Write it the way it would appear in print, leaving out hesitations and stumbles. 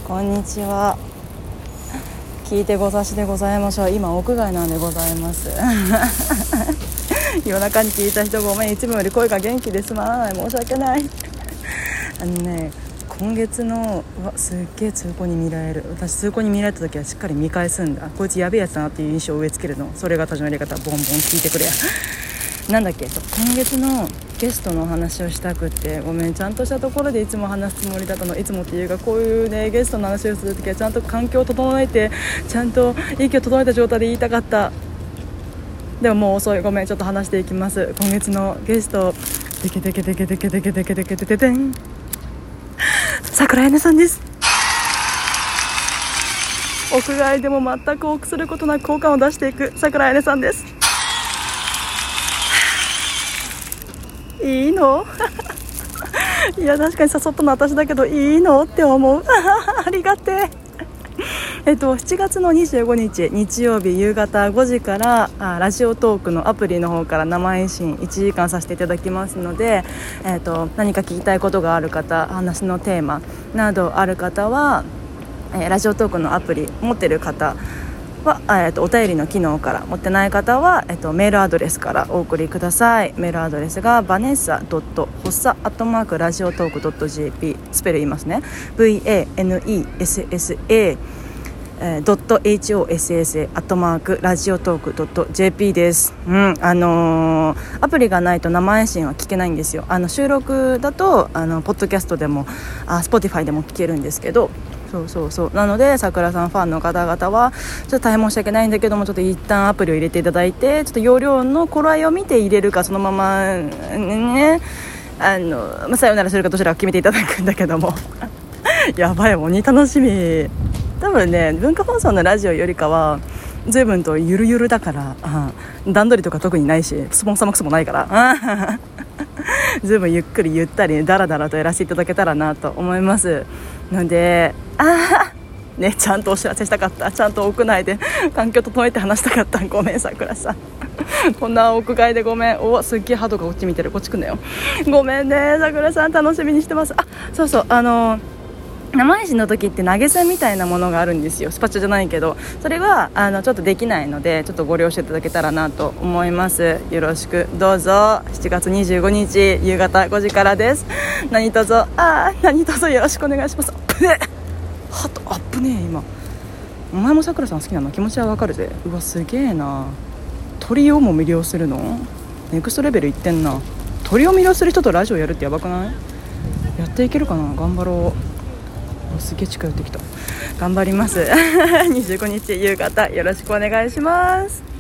こんにちは。聞いてござしでございましょう。今屋外なんでございます夜中に聞いた人ごめん、いつもより声が元気ですまない、申し訳ない今月のすっげえ通行に見られる。私通行に見られた時はしっかり見返すんだ。こいつやべえやつだなっていう印象を植え付けるの。それが私のやり方。ボンボン聞いてくれやなんだっけ、今月のゲストの話をしたくって、ごめん、ちゃんとしたところでいつも話すつもりだったの。いつもっていうか、こういうねゲストの話をするときはちゃんと環境を整えて、ちゃんと息を整えた状態で言いたかった。でももう遅い、ごめん、ちょっと話していきます。今月のゲスト、テケテケテケテケテケテケテケテケテン、桜彩音さんです。屋外でも全く臆することなく効果を出していく桜彩音さんです。いいのいや確かに誘ったの私だけど、いいのって思うありがてえ7月の25日日曜日夕方5時からラジオトークのアプリの方から生配信1時間させていただきますので、何か聞きたいことがある方、話のテーマなどある方は、ラジオトークのアプリ持ってる方は、お便りの機能から、持ってない方は、メールアドレスからお送りください。メールアドレスが vanessa.hossa@radiotalk.jp、 スペル言いますね。 vanessa.hossa@radiotalk.jp です。アプリがないと生配信は聞けないんですよ。収録だとポッドキャストでもSpotify でも聞けるんですけど、そうなので、桜さんファンの方々はちょっと大変申し訳ないんだけども、ちょっと一旦アプリを入れていただいて、ちょっと容量の頃合いを見て入れるか、そのままねさよならするかどちらか決めていただくんだけどもやばい、鬼楽しみ。多分ね、文化放送のラジオよりかは随分とゆるゆるだから、段取りとか特にないし、スポンサーもクソもないから随分ゆっくりゆったりダラダラとやらせていただけたらなと思いますので、ね、ちゃんとお知らせしたかった。ちゃんと屋内で環境整えて話したかった。ごめん桜さんこんな屋外でごめん。すっげえハードがこっち見てる。こっち来んなよ。ごめんね桜さん、楽しみにしてます。そう生配信の時って投げ銭みたいなものがあるんですよ。スパチャじゃないけど、それはちょっとできないので、ちょっとご了承いただけたらなと思います。よろしくどうぞ。7月25日夕方5時からです。何卒よろしくお願いします。ハトアップねえ。今お前もさくらさん好きなの気持ちはわかるぜ。うわすげえな。鳥をも魅了するのネクストレベルいってんな。鳥を魅了する人とラジオやるってやばくない？やっていけるかな。頑張ろう。すげえ近寄ってきた。頑張ります25日夕方よろしくお願いします。